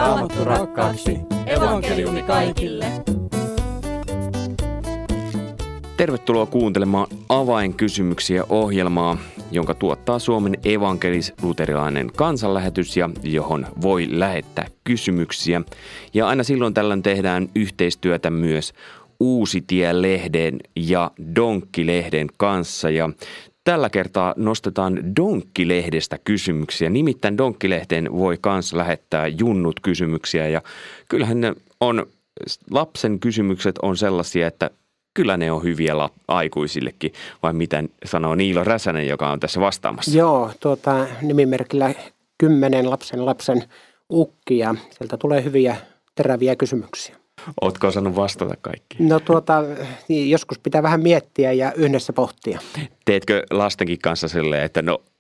Raamattu rakkaaksi. Evankeliumi kaikille. Tervetuloa kuuntelemaan Avainkysymyksiä -ohjelmaa, jonka tuottaa Suomen evankelis-luterilainen kansanlähetys ja johon voi lähettää kysymyksiä. Ja aina silloin tällöin tehdään yhteistyötä myös Uusitie-lehden ja Donkki-lehden kanssa. Ja tällä kertaa nostetaan Donkki-lehdestä kysymyksiä. Nimittäin Donkki-lehteen voi kanssa lähettää junnut kysymyksiä ja kyllähän ne on, lapsen kysymykset on sellaisia, että kyllä ne on hyviä aikuisillekin, vai mitä sanoo Niilo Räsänen, joka on tässä vastaamassa? Joo, nimimerkillä 10 lapsen ukki ja sieltä tulee hyviä teräviä kysymyksiä. Ootko osannut vastata kaikki? No joskus pitää vähän miettiä ja yhdessä pohtia. Teetkö lastenkin kanssa silleen, että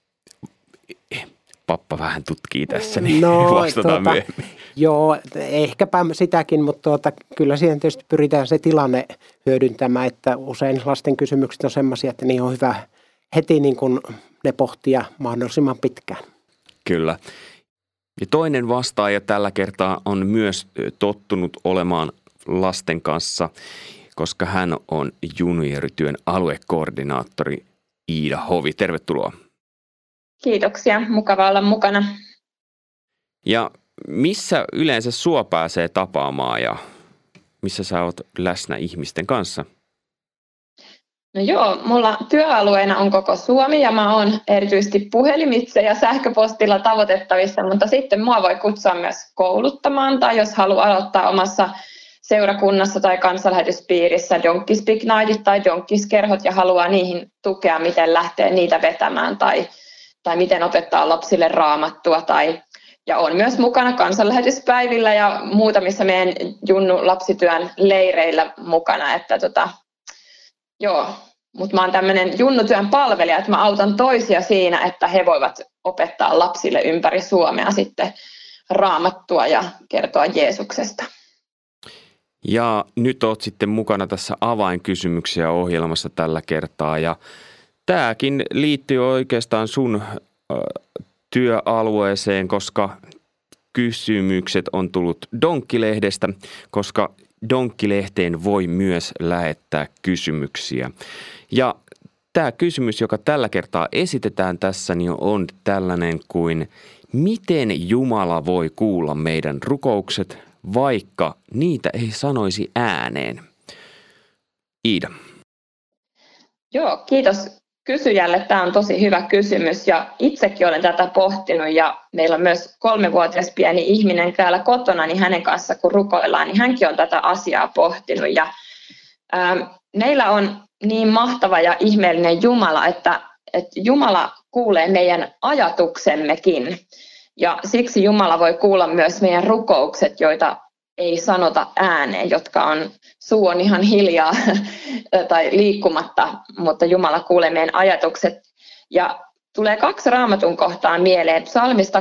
pappa vähän tutkii tässä, niin vastataan myöhemmin? Joo, ehkäpä sitäkin, mutta kyllä siihen tietysti pyritään se tilanne hyödyntämään, että usein lasten kysymykset on sellaisia, että niin on hyvä heti niin kuin ne pohtia mahdollisimman pitkään. Kyllä. Ja toinen vastaaja tällä kertaa on myös tottunut olemaan lasten kanssa, koska hän on juniorityön aluekoordinaattori Iida Hovi. Tervetuloa. Kiitoksia, mukava olla mukana. Ja missä yleensä sua pääsee tapaamaan ja missä sä oot läsnä ihmisten kanssa? No joo, mulla työalueena on koko Suomi ja mä oon erityisesti puhelimitse ja sähköpostilla tavoitettavissa, mutta sitten mua voi kutsua myös kouluttamaan tai jos haluaa aloittaa omassa seurakunnassa tai kansanlähetyspiirissä Donkey-Speak Nightit tai Donkeys-kerhot ja haluaa niihin tukea, miten lähtee niitä vetämään tai miten opettaa lapsille raamattua ja on myös mukana kansanlähetyspäivillä ja muutamissa meidän Junnu lapsityön leireillä mukana, että mutta mä oon tämmöinen junnutyön palvelija, että mä autan toisia siinä, että he voivat opettaa lapsille ympäri Suomea sitten raamattua ja kertoa Jeesuksesta. Ja nyt oot sitten mukana tässä Avainkysymyksiä -ohjelmassa tällä kertaa ja tämäkin liittyy oikeastaan sun työalueeseen, koska kysymykset on tullut Donkki-lehdestä, koska Donkki-lehteen voi myös lähettää kysymyksiä. Ja tämä kysymys, joka tällä kertaa esitetään tässä, niin on tällainen kuin, miten Jumala voi kuulla meidän rukoukset, vaikka niitä ei sanoisi ääneen? Iida. Joo, kiitos kysyjälle. Tämä on tosi hyvä kysymys ja itsekin olen tätä pohtinut ja meillä on myös 3-vuotias pieni ihminen täällä kotona, niin hänen kanssa kun rukoillaan, niin hänkin on tätä asiaa pohtinut ja meillä on niin mahtava ja ihmeellinen Jumala, että Jumala kuulee meidän ajatuksemmekin ja siksi Jumala voi kuulla myös meidän rukoukset, joita ei sanota ääneen, suu on ihan hiljaa tai liikkumatta, mutta Jumala kuulee meidän ajatukset. Ja tulee 2 Raamatun kohtaa mieleen, Psalmista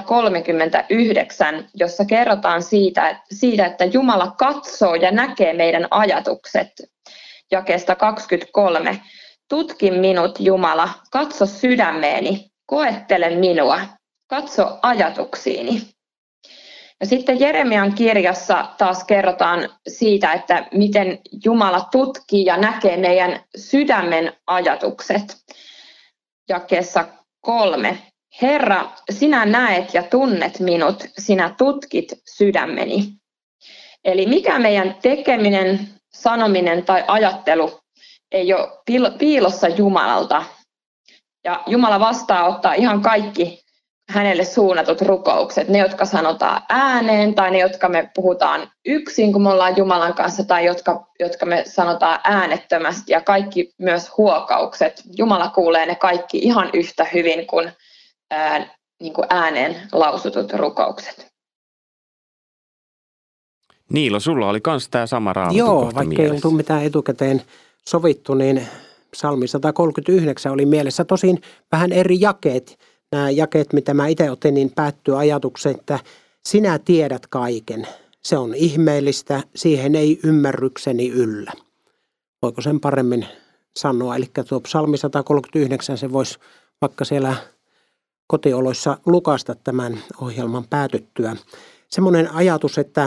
39, jossa kerrotaan siitä, että Jumala katsoo ja näkee meidän ajatukset. Jakeesta 23. Tutki minut, Jumala, katso sydämeeni, koettele minua, katso ajatuksiini. Ja sitten Jeremian kirjassa taas kerrotaan siitä, että miten Jumala tutkii ja näkee meidän sydämen ajatukset. Jakeessa 3. Herra, sinä näet ja tunnet minut, sinä tutkit sydämeni. Eli mikä meidän tekeminen, sanominen tai ajattelu ei ole piilossa Jumalalta. Ja Jumala vastaanottaa ihan kaikki hänelle suunnatut rukoukset, ne jotka sanotaan ääneen tai ne jotka me puhutaan yksin kun me ollaan Jumalan kanssa tai jotka me sanotaan äänettömästi ja kaikki myös huokaukset. Jumala kuulee ne kaikki ihan yhtä hyvin kuin, niin kuin ääneen lausutut rukoukset. Niilo, sulla oli myös tämä sama Raamatun Joo, kohta vaikka mielessä. ei oltu mitään etukäteen sovittu, niin Psalmi 139 oli mielessä tosin vähän eri jakeet. Nämä jakeet, mitä mä itse otin, niin päättyy ajatukseen, että sinä tiedät kaiken. Se on ihmeellistä, siihen ei ymmärrykseni yllä. Voiko sen paremmin sanoa? Eli tuo Psalmi 139, se voisi vaikka siellä kotioloissa lukasta tämän ohjelman päätyttyä. semmoinen ajatus, että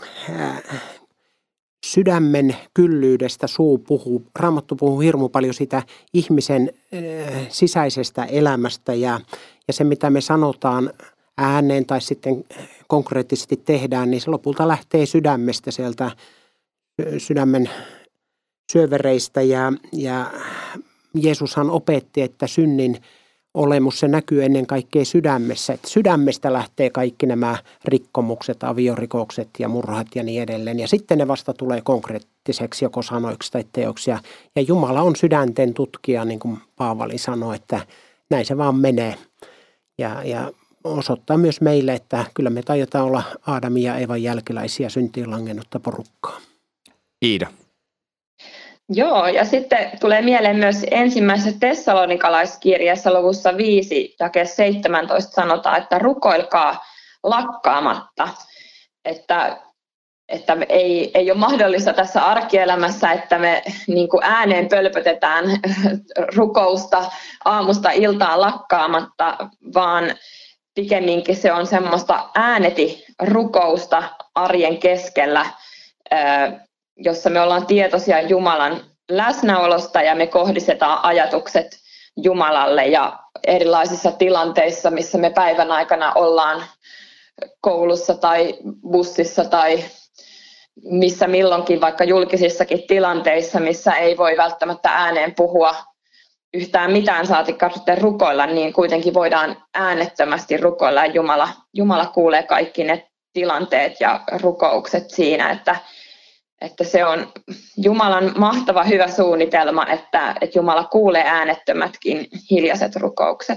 sydämen kyllyydestä suu puhuu. Raamattu puhuu hirmu paljon sitä ihmisen sisäisestä elämästä ja se, mitä me sanotaan ääneen tai sitten konkreettisesti tehdään, niin se lopulta lähtee sydämestä, sieltä sydämen syövereistä ja Jeesushan opetti, että synnin olemus se näkyy ennen kaikkea sydämessä. Että sydämestä lähtee kaikki nämä rikkomukset, aviorikokset ja murhat ja niin edelleen. Ja sitten ne vasta tulee konkreettiseksi joko sanoiksi tai teoksi. Ja Jumala on sydänten tutkija, niin kuin Paavali sanoi, että näin se vaan menee. Ja osoittaa myös meille, että kyllä me taidetaan olla Aadamin ja Eevan jälkeläisiä syntiin langennutta porukkaa. Iida. Joo, ja sitten tulee mieleen myös ensimmäisessä tessalonikalaiskirjassa luvussa 5, jake 17 sanotaan, että rukoilkaa lakkaamatta. Että ei ole mahdollista tässä arkielämässä, että me niin kuin ääneen pölpötetään rukousta aamusta iltaan lakkaamatta, vaan pikemminkin se on semmoista ääneti-rukousta arjen keskellä, jossa me ollaan tietoisia Jumalan läsnäolosta ja me kohdistetaan ajatukset Jumalalle ja erilaisissa tilanteissa, missä me päivän aikana ollaan koulussa tai bussissa tai missä milloinkin, vaikka julkisissakin tilanteissa, missä ei voi välttämättä ääneen puhua yhtään mitään, saatikka sitten rukoilla, niin kuitenkin voidaan äänettömästi rukoilla ja Jumala kuulee kaikki ne tilanteet ja rukoukset siinä, että se on Jumalan mahtava hyvä suunnitelma, että Jumala kuulee äänettömätkin hiljaiset rukoukset.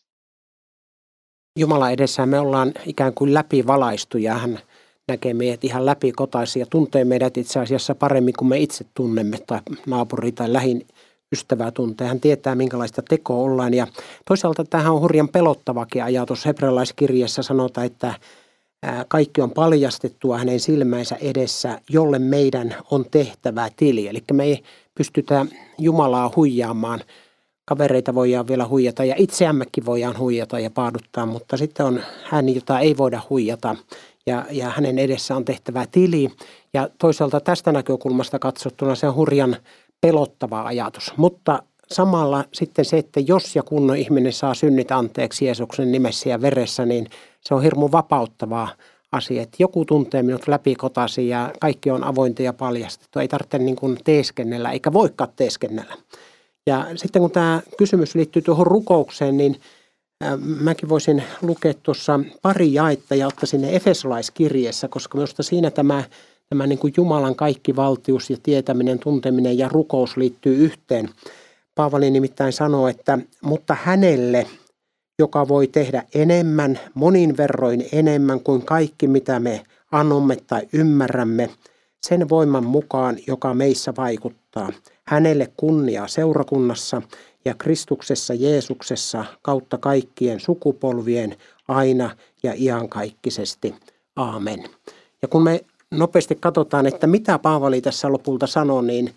Jumala edessään me ollaan ikään kuin läpivalaistu ja hän näkee meidät ihan läpikotaisin ja tuntee meidät itse asiassa paremmin kuin me itse tunnemme tai naapuri tai lähin ystävää tuntee. Hän tietää, minkälaista tekoa ollaan ja toisaalta tämähän on hurjan pelottavakin ajatus. Hebrealaiskirjassa sanotaan, että kaikki on paljastettua hänen silmänsä edessä, jolle meidän on tehtävä tili. Eli me ei pystytä Jumalaa huijaamaan. Kavereita voidaan vielä huijata ja itseämmekin voidaan huijata ja paaduttaa, mutta sitten on hän, jota ei voida huijata ja hänen edessä on tehtävä tili. Ja toisaalta tästä näkökulmasta katsottuna se on hurjan pelottava ajatus, mutta samalla sitten se, että jos ja kun ihminen saa synnit anteeksi Jeesuksen nimessä ja veressä, niin se on hirmu vapauttava asia, että joku tuntee minut läpikotaisin ja kaikki on avointa ja paljastettu. Ei tarvitse niin kuin teeskennellä eikä voikaan teeskennellä. Ja sitten kun tämä kysymys liittyy tuohon rukoukseen, niin mäkin voisin lukea tuossa pari jaetta ja ottaa sinne Efesolaiskirjeessä, koska minusta siinä tämä niin kuin Jumalan kaikki valtius ja tietäminen, tunteminen ja rukous liittyy yhteen. Paavali nimittäin sanoo, että mutta hänelle, joka voi tehdä enemmän, monin verroin enemmän kuin kaikki, mitä me anomme tai ymmärrämme, sen voiman mukaan, joka meissä vaikuttaa. Hänelle kunnia seurakunnassa ja Kristuksessa Jeesuksessa kautta kaikkien sukupolvien aina ja iankaikkisesti. Aamen. Ja kun me nopeasti katsotaan, että mitä Paavali tässä lopulta sanoo, niin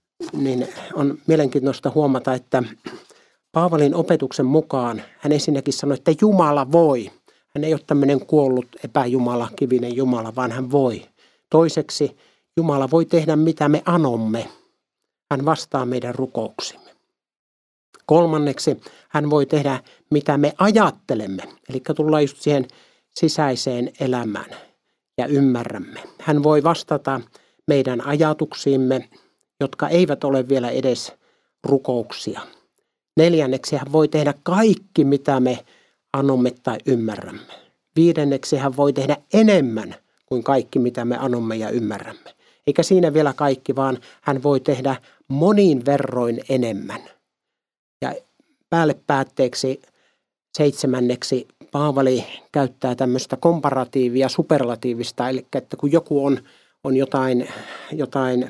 on mielenkiintoista huomata, että Paavalin opetuksen mukaan hän ensinnäkin sanoi, että Jumala voi. Hän ei ole tämmöinen kuollut epäjumala, kivinen Jumala, vaan hän voi. Toiseksi Jumala voi tehdä mitä me anomme. Hän vastaa meidän rukouksimme. Kolmanneksi hän voi tehdä mitä me ajattelemme. Eli tullaan just siihen sisäiseen elämään ja ymmärrämme. Hän voi vastata meidän ajatuksiimme, jotka eivät ole vielä edes rukouksia. Neljänneksi hän voi tehdä kaikki, mitä me anomme tai ymmärrämme. Viidenneksi hän voi tehdä enemmän kuin kaikki, mitä me anomme ja ymmärrämme. Eikä siinä vielä kaikki, vaan hän voi tehdä monin verroin enemmän. Ja päälle päätteeksi seitsemänneksi Paavali käyttää tämmöistä komparatiivia, superlatiivista, eli että kun joku on jotain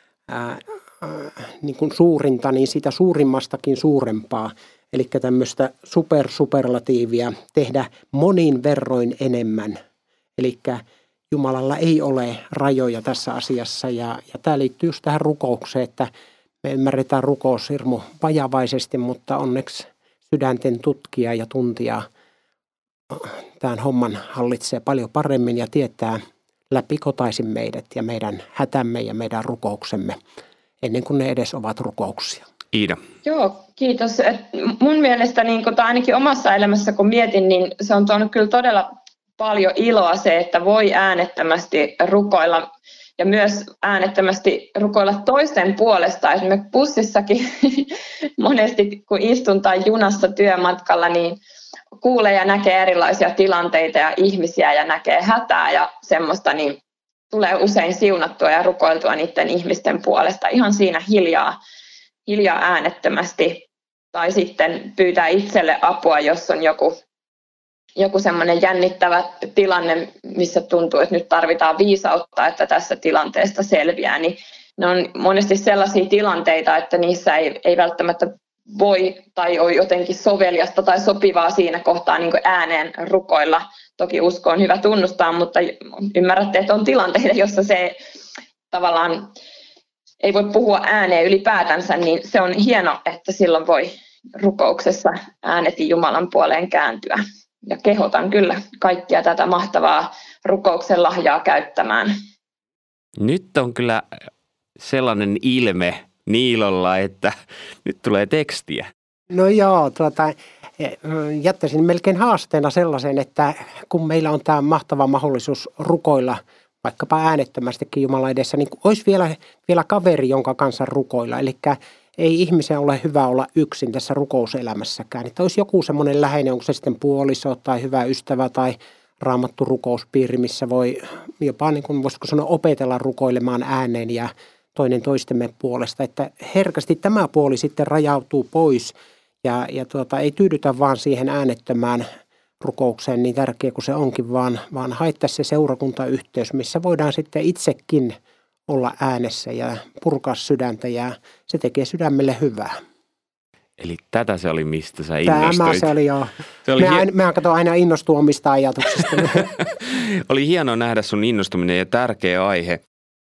niin kuin suurinta, niin sitä suurimmastakin suurempaa. Eli tämmöistä superlatiivia, tehdä monin verroin enemmän. Eli Jumalalla ei ole rajoja tässä asiassa ja tämä liittyy just tähän rukoukseen, että me ymmärretään rukous hirmu vajavaisesti, mutta onneksi sydänten tutkija ja tuntija tämän homman hallitsee paljon paremmin ja tietää läpikotaisin meidät ja meidän hätämme ja meidän rukouksemme ennen kuin ne edes ovat rukouksia. Iida. Joo, kiitos. Mun mielestä tai ainakin omassa elämässä kun mietin, niin se on tuonut kyllä todella paljon iloa se, että voi äänettömästi rukoilla ja myös äänettömästi rukoilla toisten puolesta. Esimerkiksi bussissakin monesti kun istun tai junassa työmatkalla, niin kuulee ja näkee erilaisia tilanteita ja ihmisiä ja näkee hätää ja semmoista, niin tulee usein siunattua ja rukoiltua niiden ihmisten puolesta ihan siinä hiljaa äänettömästi. Tai sitten pyytää itselle apua, jos on joku semmoinen jännittävä tilanne, missä tuntuu, että nyt tarvitaan viisautta, että tässä tilanteesta selviää. Niin ne on monesti sellaisia tilanteita, että niissä ei välttämättä voi tai ole jotenkin soveliasta tai sopivaa siinä kohtaa niin kuin ääneen rukoilla. Toki usko on hyvä tunnustaa, mutta ymmärrätte, että on tilanteita, jossa se tavallaan ei voi puhua ääneen ylipäätänsä, niin se on hieno, että silloin voi rukouksessa äänetin Jumalan puoleen kääntyä. Ja kehotan kyllä kaikkia tätä mahtavaa rukouksen lahjaa käyttämään. Nyt on kyllä sellainen ilme Niilolla, että nyt tulee tekstiä. No joo, jättäisin melkein haasteena sellaisen, että kun meillä on tämä mahtava mahdollisuus rukoilla vaikkapa äänettömästikin Jumalan edessä, niin olisi vielä kaveri, jonka kanssa rukoilla. Eli ei ihmisen ole hyvä olla yksin tässä rukouselämässäkään. Että olisi joku semmoinen läheinen, onko se sitten puoliso tai hyvä ystävä tai raamattu rukouspiiri, missä voi jopa, niin kuin voisiko sanoa, opetella rukoilemaan ääneen ja toinen toistemme puolesta. Että herkästi tämä puoli sitten rajautuu pois ja ei tyydytä vaan siihen äänettömään rukoukseen niin tärkeä kuin se onkin, vaan haettaisiin se seurakuntayhteys, missä voidaan sitten itsekin olla äänessä ja purkaa sydäntä ja se tekee sydämelle hyvää. Eli tätä se oli, mistä sä innostuit. Tämä se oli joo. Mehän kato aina innostua omista ajatuksista. Oli hienoa nähdä sun innostuminen ja tärkeä aihe.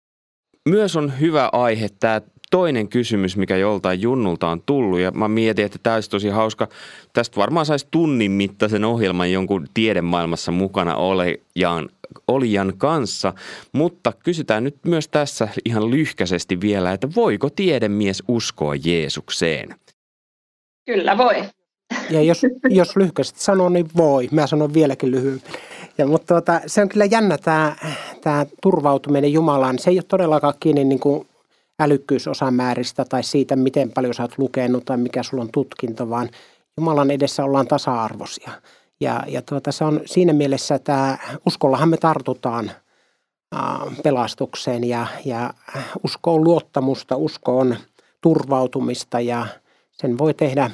Myös on hyvä aihe tämä toinen kysymys, mikä joltain Junnulta on tullut, ja mä mietin, että tämä olisi tosi hauska. Tästä varmaan saisi tunnin mittaisen ohjelman jonkun tiedemaailmassa mukana olijan kanssa, mutta kysytään nyt myös tässä ihan lyhkäisesti vielä, että voiko tiedemies uskoa Jeesukseen? Kyllä voi. Ja jos lyhkäisesti sanon, niin voi. Mä sanon vieläkin lyhyemmin. Mutta se on kyllä jännä tämä turvautuminen Jumalaan. Se ei ole todellakaan kiinni niin kuin älykkyysosamääristä tai siitä, miten paljon sä oot lukenut tai mikä sulla on tutkinto, vaan Jumalan edessä ollaan tasa-arvoisia. Ja se on siinä mielessä, että uskollahan me tartutaan pelastukseen ja usko on luottamusta, usko on turvautumista ja sen voi tehdä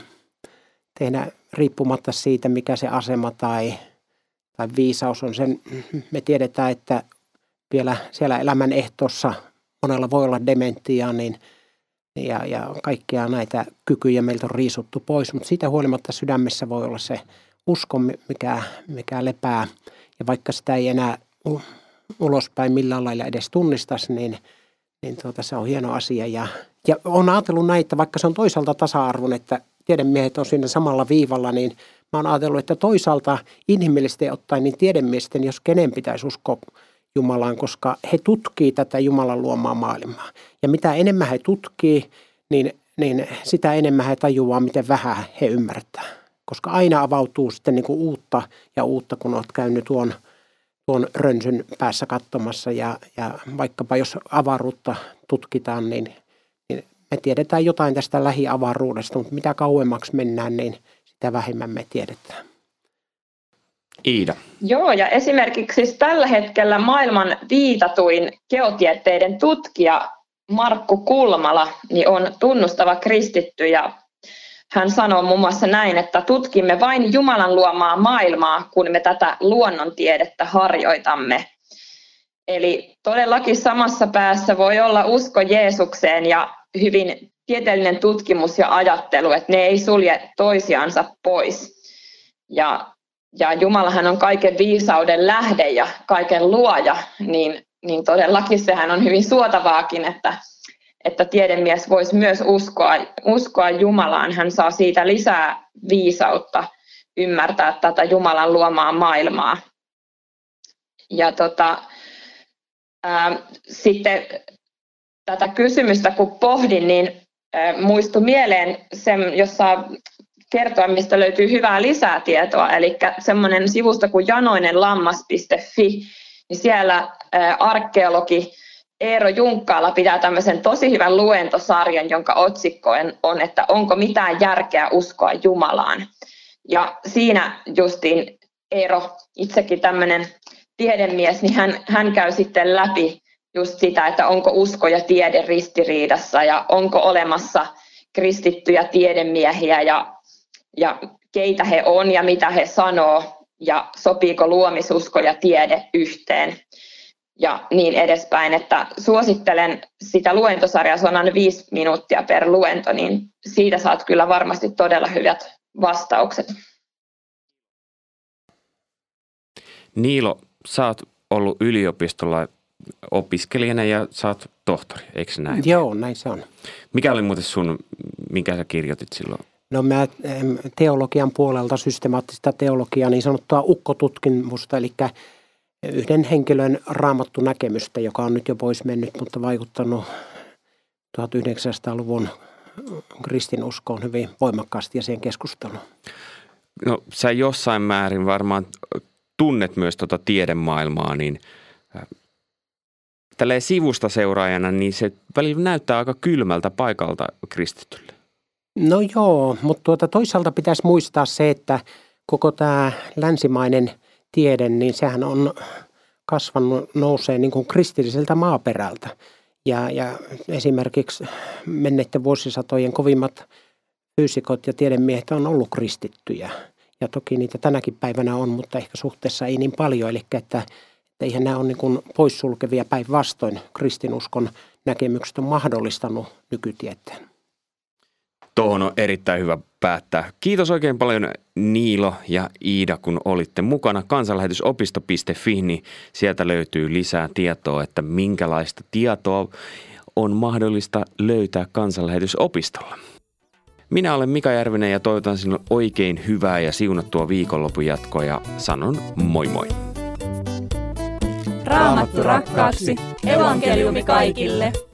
riippumatta siitä, mikä se asema tai viisaus on. Me tiedetään, että vielä siellä elämän ehtoossa monella voi olla dementiaa ja kaikkia näitä kykyjä meiltä on riisuttu pois, mutta siitä huolimatta sydämessä voi olla se usko, mikä lepää. Ja vaikka sitä ei enää ulospäin millään lailla edes tunnistaisi, niin se on hieno asia. Ja olen ajatellut näin, että vaikka se on toisaalta tasa-arvon, että tiedemiehet on siinä samalla viivalla, niin mä oon ajatellut, että toisaalta inhimillisesti ottaen, niin tiedemiesten, jos kenen pitäisi uskoa Jumalaan, koska he tutkii tätä Jumalan luomaa maailmaa. Ja mitä enemmän he tutkii, niin sitä enemmän he tajuaa, miten vähän he ymmärtää. Koska aina avautuu sitten niin kuin uutta, kun olet käynyt tuon rönsyn päässä katsomassa. Ja vaikkapa jos avaruutta tutkitaan, niin me tiedetään jotain tästä lähiavaruudesta, mutta mitä kauemmaksi mennään, niin sitä vähemmän me tiedetään. Iida. Joo, ja esimerkiksi tällä hetkellä maailman viitatuin geotieteiden tutkija Markku Kulmala niin on tunnustava kristitty, ja hän sanoo muun muassa näin, että tutkimme vain Jumalan luomaa maailmaa, kun me tätä luonnontiedettä harjoitamme. Eli todellakin samassa päässä voi olla usko Jeesukseen ja hyvin tieteellinen tutkimus ja ajattelu, että ne ei sulje toisiansa pois. Ja Jumalahan on kaiken viisauden lähde ja kaiken luoja, niin todellakin sehän on hyvin suotavaakin, että tiedemies voisi myös uskoa Jumalaan. Hän saa siitä lisää viisautta ymmärtää tätä Jumalan luomaa maailmaa. Ja sitten tätä kysymystä kun pohdin, niin muistui mieleen se, jossa kertoa, mistä löytyy hyvää lisätietoa, eli semmoinen sivusto kuin janoinenlammas.fi, niin siellä arkeologi Eero Junkkaala pitää tämmöisen tosi hyvän luentosarjan, jonka otsikko on, että onko mitään järkeä uskoa Jumalaan. Ja siinä justiin Eero, itsekin tämmöinen tiedemies, niin hän käy sitten läpi just sitä, että onko usko ja tiede ristiriidassa ja onko olemassa kristittyjä tiedemiehiä ja keitä he on ja mitä he sanoo ja sopiiko luomisusko ja tiede yhteen ja niin edespäin. Että suosittelen sitä luentosarjaa, se on aina 5 minuuttia per luento, niin siitä saat kyllä varmasti todella hyvät vastaukset. Niilo, sä oot ollut yliopistolla opiskelijana ja sä oot tohtori, eikö näin? Joo, näin se on. Mikä oli muuten minkä sä kirjoitit silloin? No mä teologian puolelta systemaattista teologiaa, niin sanottua ukkotutkimusta, eli yhden henkilön raamattu näkemystä, joka on nyt jo pois mennyt, mutta vaikuttanut 1900-luvun kristinuskoon hyvin voimakkaasti ja siihen keskusteluun. No sä jossain määrin varmaan tunnet myös tiedemaailmaa, niin tälleen sivusta seuraajana, niin se välillä näyttää aika kylmältä paikalta kristitylle. No joo, mutta toisaalta pitäisi muistaa se, että koko tämä länsimainen tiede, niin sehän on kasvanut, nousee niin kuin kristilliseltä maaperältä. Ja esimerkiksi menneiden vuosisatojen kovimmat fyysikot ja tiedemiehet on ollut kristittyjä. Ja toki niitä tänäkin päivänä on, mutta ehkä suhteessa ei niin paljon. Eli että eihän nämä ole niin kuin poissulkevia, päinvastoin kristinuskon näkemykset on mahdollistanut nykytieteen. Tuohon on erittäin hyvä päättää. Kiitos oikein paljon Niilo ja Iida, kun olitte mukana. Kansanlähetysopisto.fi, niin sieltä löytyy lisää tietoa, että minkälaista tietoa on mahdollista löytää Kansanlähetysopistolla. Minä olen Mika Järvinen ja toivotan sinulle oikein hyvää ja siunattua viikonlopun jatkoa ja sanon moi moi. Raamattu rakkaaksi, evankeliumi kaikille.